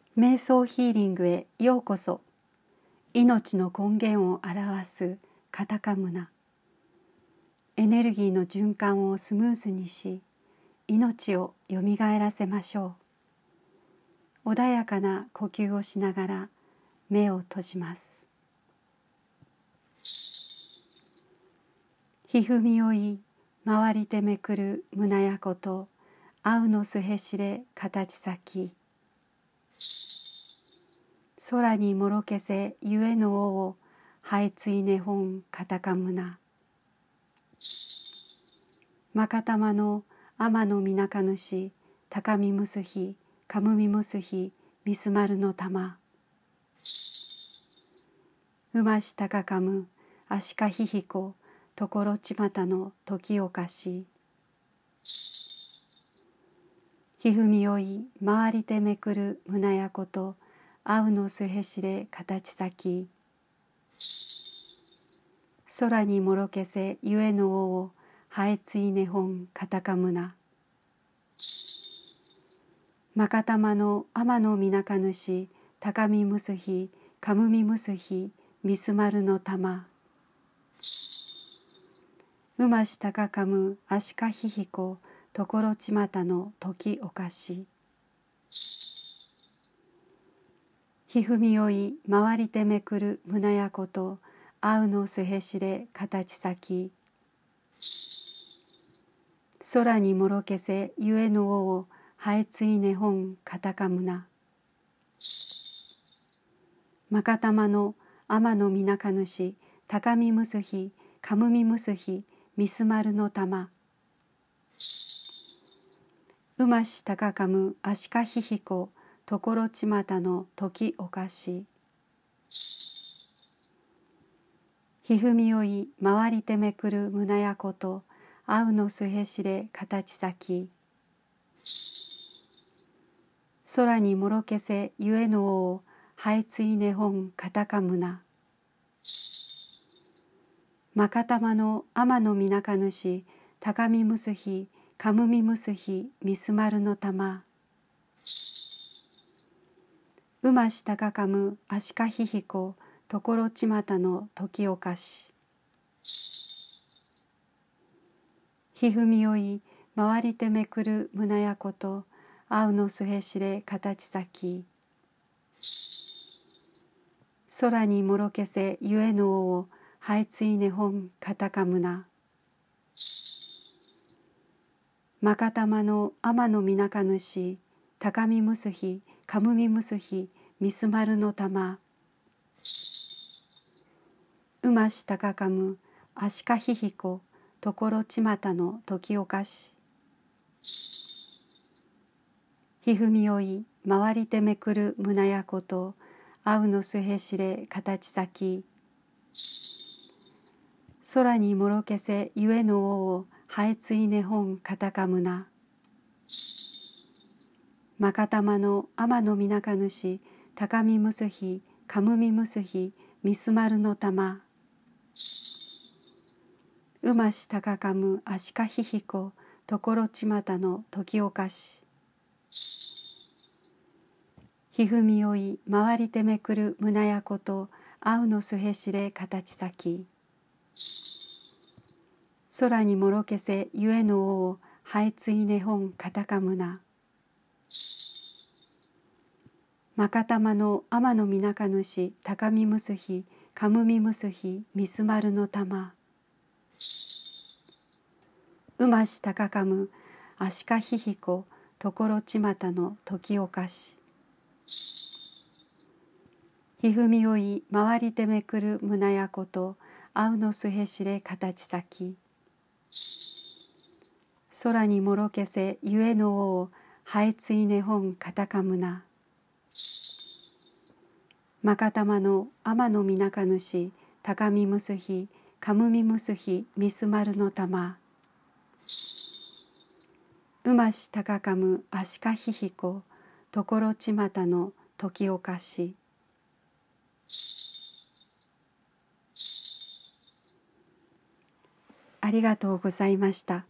瞑想ヒーリングへようこそ。命の根源を表すカタカムナ。エネルギーの循環をスムーズにし、命をよみがえらせましょう。穏やかな呼吸をしながら目を閉じます。ひふみおい、回りてめくる胸やこと、あうのすへしれ形先。空にもろけせゆえのおを、はいついねほんカタカムナ。まかたまの天のみなかぬし、高みむすひ、かむみむすひ、みすまるのたま。うましたかかむ、あしかひひこ、ところちまたの時おかし。ひふみおい、回りてめくる胸やこと、あうのすへしれ形先。空にもろけせゆえのおを、はえついねほんカタカムナ。まかたまの天のみなかぬし、高みむすひ、かむみむすひ、みすまるのたま。うましたかかむ、あしかひひこ、ところちまたの時おかし。ひふみおい、回りてめくる胸やこと、あうのすへしれ形先。空にもろけせゆえのおを、はえついねほんカタカムナ。まかたまの天のみなかぬし、高みむすひ、かむみむすひ、みすまるのたま。うましたかかむ、あしかひひこ、ところちまたの時おかし。ひふみおい、回りてめくる胸やこと、あうのすへしれ形先。空にもろけせゆえのおを、はいついねほんカタカムナ。まかたまの天のみなかぬし、高みむすひ、かむみむすひ、みすまるのたま。うましたかかむ、あしかひひこ、ところちまたの時おかし。ひふみおい、回りてめくる胸やこと、あうのすへしれ形先。空にもろけせゆえのおを、はいついねほんカタカムナ。まかたまの天のみなかぬし、高みむすひ、かむみむすひ、みすまるのたま。うましたかかむ、あしかひひこ、ところちまたの時おかし。ひふみおい、回りてめくる胸やこと、あうのすへしれ形先。空にもろけせゆえのおを、はえついねほんカタカムナ。まかたまの天のみなかぬし、高みむすひ、かむみむすひ、みすまるのたま。うましたかかむ、あしかひひこ、ところちまたの時おかし。ひふみおい、回りてめくる胸やこと、あうのすへしれ形先。空にもろけせゆえのおを、はいついねほんカタカムナ。まかたまの天のみなかぬし、高みむすひ、かむみむすひ、みすまるのたま。うましたかかむ、あしかひひこ、ところちまたの時おかし。ひふみおい、回りてめくる胸やこと、あうのすへしれ形先。空にもろけせゆえのおを、はえついねほんカタカムナ。まかたまの天のみなかぬし、高みむすひ、かむみむすひ、みすまるのたま。うましたかかむ、あしかひひこ、ところちまたの時おかし。ありがとうございました。